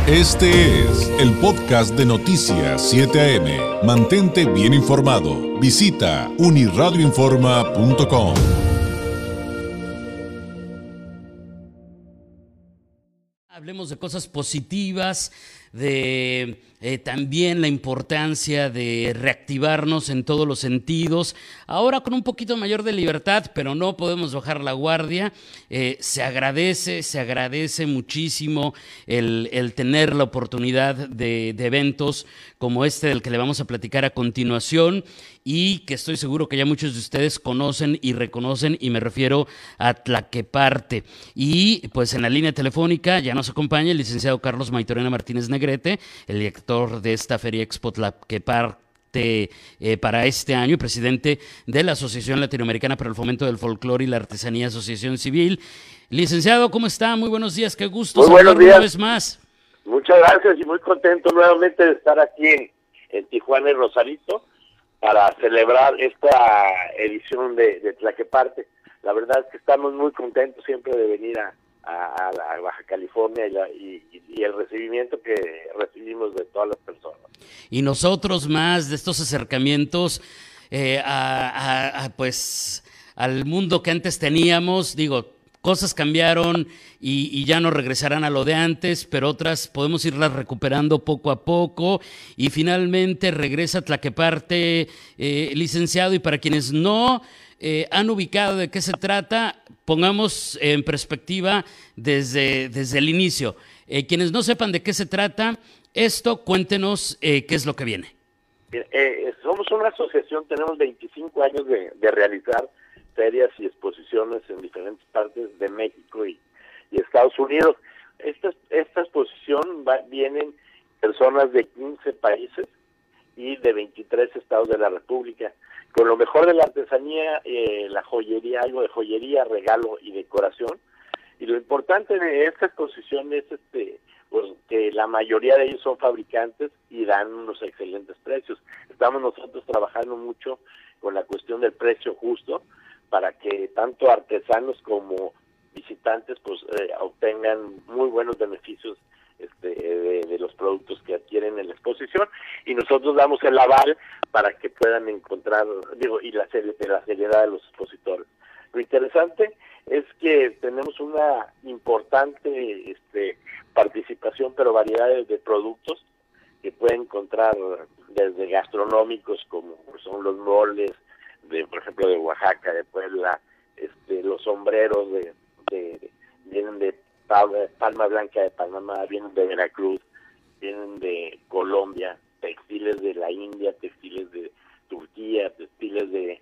Este es el podcast de Noticias 7 AM. Mantente bien informado. Visita unirradioinforma.com. Hablemos de cosas positivas, de también la importancia de reactivarnos en todos los sentidos. Ahora con un poquito mayor de libertad, pero no podemos bajar la guardia. Se agradece muchísimo el tener la oportunidad de eventos como este del que le vamos a platicar a continuación y que estoy seguro que ya muchos de ustedes conocen y reconocen, y me refiero a Tlaqueparte. Y pues en la línea telefónica ya nos acompaña el licenciado Carlos Maytorena Martínez Negrete, el director de esta Feria Expo Tlaqueparte para este año, presidente de la Asociación Latinoamericana para el Fomento del Folclore y la Artesanía, Asociación Civil. Licenciado, ¿cómo está? Muy buenos días, qué gusto saludarlo una vez más. Muchas gracias y muy contento nuevamente de estar aquí en Tijuana y Rosarito para celebrar esta edición de Tlaqueparte. La verdad es que estamos muy contentos siempre de venir a Baja California y el recibimiento que recibimos de todas las personas. Y nosotros más de estos acercamientos pues al mundo que antes teníamos, digo, cosas cambiaron y ya no regresarán a lo de antes, pero otras podemos irlas recuperando poco a poco. Y finalmente regresa Tlaqueparte, licenciado, y para quienes no han ubicado de qué se trata, pongamos en perspectiva desde el inicio. Quienes no sepan de qué se trata esto, cuéntenos qué es lo que viene. Somos una asociación, tenemos 25 años de realizar ferias y exposiciones en diferentes partes de México y Estados Unidos. Esta exposición vienen personas de 15 países y de 23 estados de la República, con lo mejor de la artesanía, la joyería, algo de joyería, regalo y decoración. Y lo importante de esta exposición es pues que la mayoría de ellos son fabricantes y dan unos excelentes precios. Estamos nosotros trabajando mucho con la cuestión del precio justo, para que tanto artesanos como visitantes pues obtengan muy buenos beneficios de los productos que adquieren en la exposición, y nosotros damos el aval para que puedan encontrar, y la seriedad de los expositores. Lo interesante es que tenemos una importante participación, pero variedades de productos que pueden encontrar desde gastronómicos, como son los moles, por ejemplo, de Oaxaca, de Puebla, los sombreros vienen de Palma Blanca de Panamá, vienen de Veracruz, vienen de Colombia, textiles de la India, textiles de Turquía, textiles de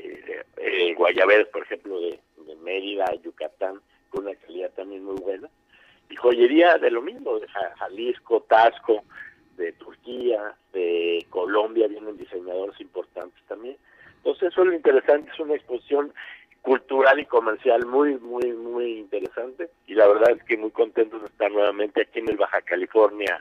guayaberes, por ejemplo, de Mérida, Yucatán, con una calidad también muy buena, y joyería de lo mismo, de Jalisco, Taxco, de Turquía, de Colombia, vienen diseñadores importantes también. Entonces eso es lo interesante, es una exposición cultural y comercial muy interesante, y la verdad es que muy contentos de estar nuevamente aquí en el Baja California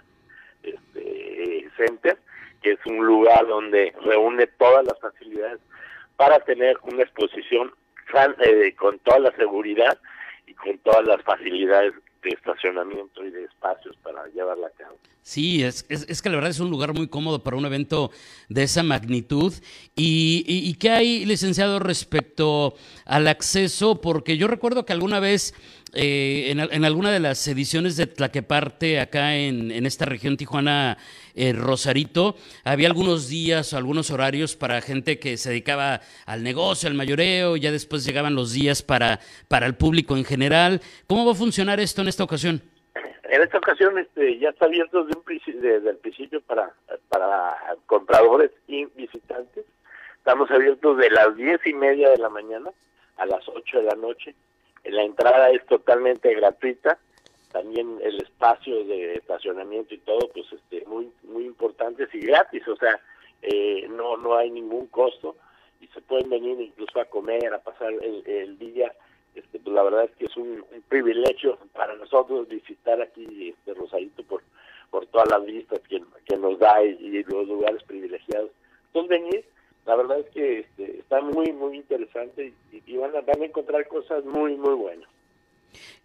Center, que es un lugar donde reúne todas las facilidades para tener una exposición con toda la seguridad y con todas las facilidades de estacionamiento y de espacios para llevarla a cabo. Sí, es que la verdad es un lugar muy cómodo para un evento de esa magnitud. ¿Y qué hay, licenciado, respecto al acceso? Porque yo recuerdo que alguna vez en alguna de las ediciones de Tlaqueparte acá en esta región Tijuana, Rosarito, había algunos días o algunos horarios para gente que se dedicaba al negocio, al mayoreo, y ya después llegaban los días para el público en general. ¿Cómo va a funcionar esto en esta ocasión? En esta ocasión ya está abierto desde el principio para compradores y visitantes. Estamos abiertos de las 10:30 de la mañana a las 8 de la noche. La entrada es totalmente gratuita. También el espacio de estacionamiento y todo, pues muy importantes y gratis. O sea, no hay ningún costo y se pueden venir incluso a comer, a pasar el día. Pues la verdad es que es un privilegio para nosotros visitar aquí Rosarito por todas las vistas que nos da y los lugares privilegiados. Entonces venir, la verdad es que está muy interesante y van a encontrar cosas muy buenas.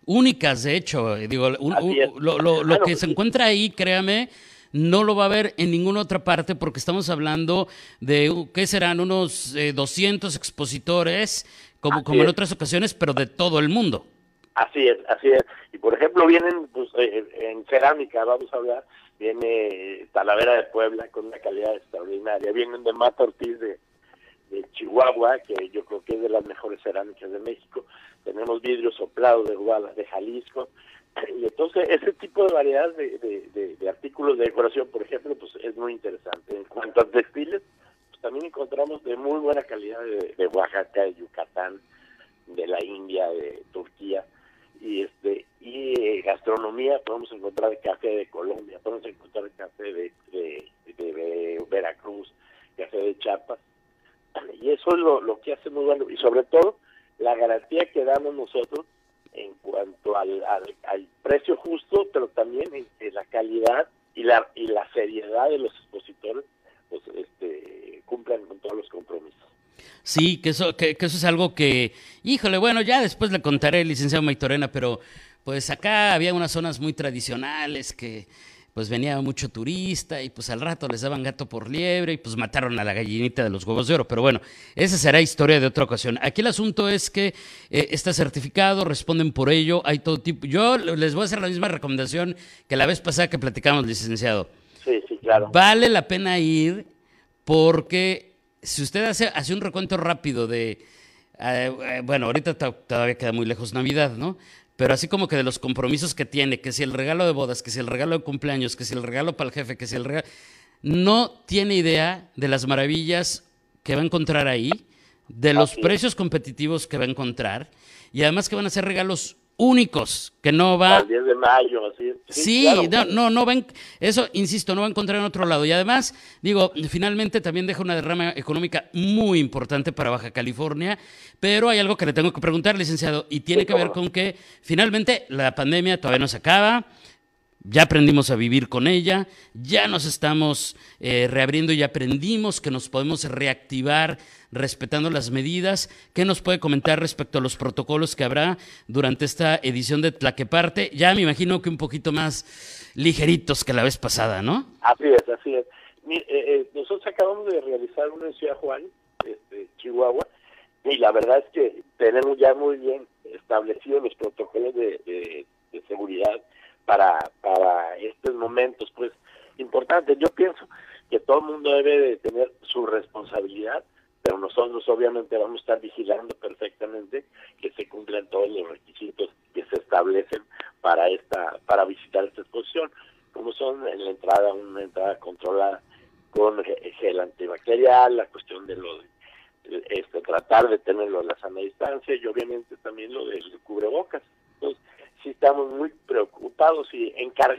únicas, de hecho. Digo, lo que se encuentra ahí, créame, no lo va a ver en ninguna otra parte porque estamos hablando de, ¿qué serán? Unos 200 expositores, como en otras ocasiones, pero de todo el mundo. Así es. Y por ejemplo vienen, pues, en cerámica, vamos a hablar, viene Talavera de Puebla con una calidad extraordinaria, vienen de Mata Ortiz de Chihuahua, que yo creo que es de las mejores cerámicas de México, tenemos vidrio soplado de Guadalajara, de Jalisco, y entonces ese tipo de variedad de artículos de decoración, por ejemplo, pues es muy interesante. En cuanto a textiles, pues también encontramos de muy buena calidad de Oaxaca, de Yucatán, de la India, de Turquía, y gastronomía, podemos encontrar café de Colombia, podemos encontrar café de Veracruz, café de Chiapas, y eso es lo que hace muy bueno, y sobre todo la garantía que damos nosotros en cuanto al precio justo, pero también en la calidad y la seriedad de los expositores, pues cumplan con todos los compromisos. Sí, que eso es algo que, híjole, bueno, ya después le contaré, licenciado Maytorena, pero pues acá había unas zonas muy tradicionales que pues venía mucho turista y pues al rato les daban gato por liebre y pues mataron a la gallinita de los huevos de oro. Pero bueno, esa será historia de otra ocasión. Aquí el asunto es que está certificado, responden por ello, hay todo tipo. Yo les voy a hacer la misma recomendación que la vez pasada que platicamos, licenciado. Sí, claro. Vale la pena ir porque si usted hace un recuento rápido de, bueno, ahorita todavía queda muy lejos Navidad, ¿no? Pero así como que de los compromisos que tiene, que si el regalo de bodas, que si el regalo de cumpleaños, que si el regalo para el jefe, que si el regalo... No tiene idea de las maravillas que va a encontrar ahí, de los precios competitivos que va a encontrar, y además que van a ser regalos únicos, que no va... Al 10 de mayo, así. Sí, claro. No va, eso, insisto, no va a encontrar en otro lado. Y además, digo, finalmente también deja una derrama económica muy importante para Baja California, pero hay algo que le tengo que preguntar, licenciado, y tiene que ver con que finalmente la pandemia todavía no se acaba, ya aprendimos a vivir con ella, ya nos estamos reabriendo y aprendimos que nos podemos reactivar respetando las medidas. ¿Qué nos puede comentar respecto a los protocolos que habrá durante esta edición de Tlaqueparte? Ya me imagino que un poquito más ligeritos que la vez pasada, ¿no? Así es. Nosotros acabamos de realizar uno en Ciudad Juárez, Chihuahua, y la verdad es que tenemos ya muy bien establecidos los protocolos de seguridad para estos momentos, pues, importantes. Yo pienso que todo el mundo debe de tener su responsabilidad, pero nosotros obviamente vamos a estar vigilando perfectamente que se cumplan todos los requisitos que se establecen para visitar esta exposición, como son en la entrada, una entrada controlada con gel antibacterial, la cuestión de tratar de tenerlo a la sana distancia, y obviamente también lo del cubrebocas. Entonces, sí estamos muy preocupados y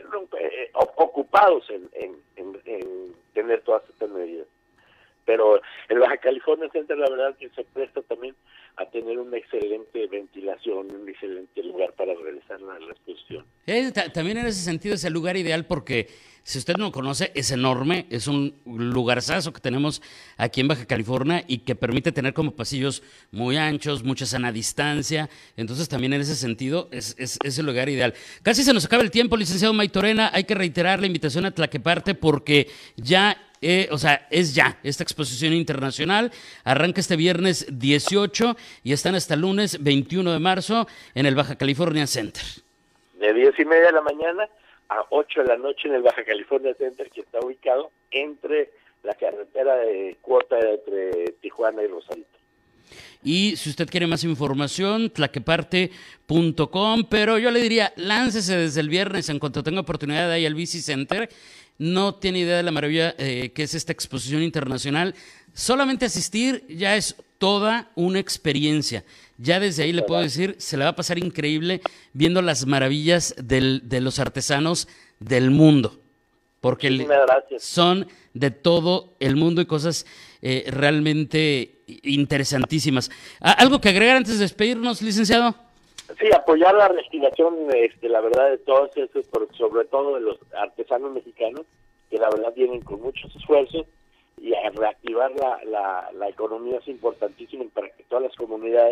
ocupados en tener todas estas medidas. Pero en Baja California Center la verdad que se presta también a tener una excelente ventilación, un excelente lugar para realizar la exposición. También en ese sentido es el lugar ideal porque si usted no conoce, es enorme, es un lugarzazo que tenemos aquí en Baja California y que permite tener como pasillos muy anchos, mucha sana distancia. Entonces también en ese sentido es el lugar ideal. Casi se nos acaba el tiempo, licenciado Maytorena. Hay que reiterar la invitación a Tlaqueparte porque ya... es ya esta exposición internacional, arranca este viernes 18 y están hasta el lunes 21 de marzo en el Baja California Center. De 10:30 de la mañana a 8 de la noche en el Baja California Center, que está ubicado entre la carretera de cuota entre Tijuana y Rosarito. Y si usted quiere más información, tlaqueparte.com, pero yo le diría, láncese desde el viernes en cuanto tenga oportunidad ahí al Bici Center. No tiene idea de la maravilla que es esta exposición internacional. Solamente asistir ya es toda una experiencia. Ya desde ahí le puedo decir, se le va a pasar increíble viendo las maravillas de los artesanos del mundo. Porque son de todo el mundo y cosas realmente interesantísimas. ¿Algo que agregar antes de despedirnos, licenciado? Sí, apoyar la reactivación, la verdad, de todos esos, sobre todo de los artesanos mexicanos, que la verdad vienen con muchos esfuerzos, y a reactivar la economía es importantísimo para que todas las comunidades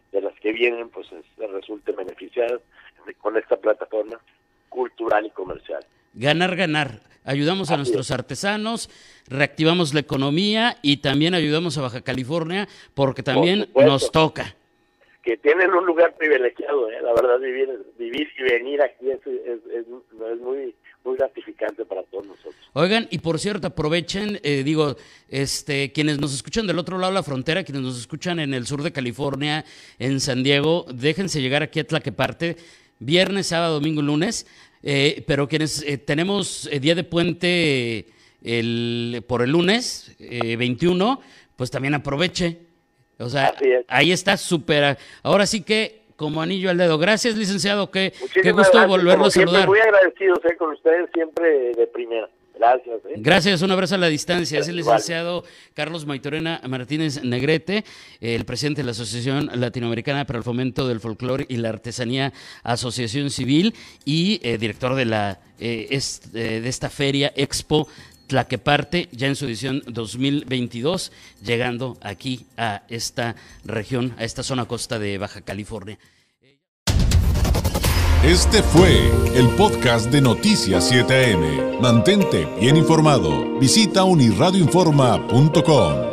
de las que vienen, pues resulten beneficiadas con esta plataforma cultural y comercial. Ganar, ganar. Ayudamos a nuestros artesanos, reactivamos la economía y también ayudamos a Baja California porque también nos toca. Que tienen un lugar privilegiado, la verdad, vivir y venir aquí es muy gratificante para todos nosotros. Oigan, y por cierto, aprovechen, quienes nos escuchan del otro lado de la frontera, quienes nos escuchan en el sur de California, en San Diego, déjense llegar aquí a Tlaqueparte, viernes, sábado, domingo, lunes, pero quienes tenemos día de puente por el lunes, 21, pues también aproveche. O sea, ahí está súper. Ahora sí que como anillo al dedo. Gracias, licenciado. Qué gusto volverlo a saludar. Muy agradecido con ustedes, siempre de primera. Gracias. Gracias, un abrazo a la distancia. Es el licenciado Carlos Maytorena Martínez Negrete, el presidente de la Asociación Latinoamericana para el Fomento del Folclore y la Artesanía, Asociación Civil, y director de esta feria Expo Tlaqueparte, ya en su edición 2022, llegando aquí a esta región, a esta zona costa de Baja California. Este fue el podcast de Noticias 7 AM. Mantente bien informado. Visita unirradioinforma.com.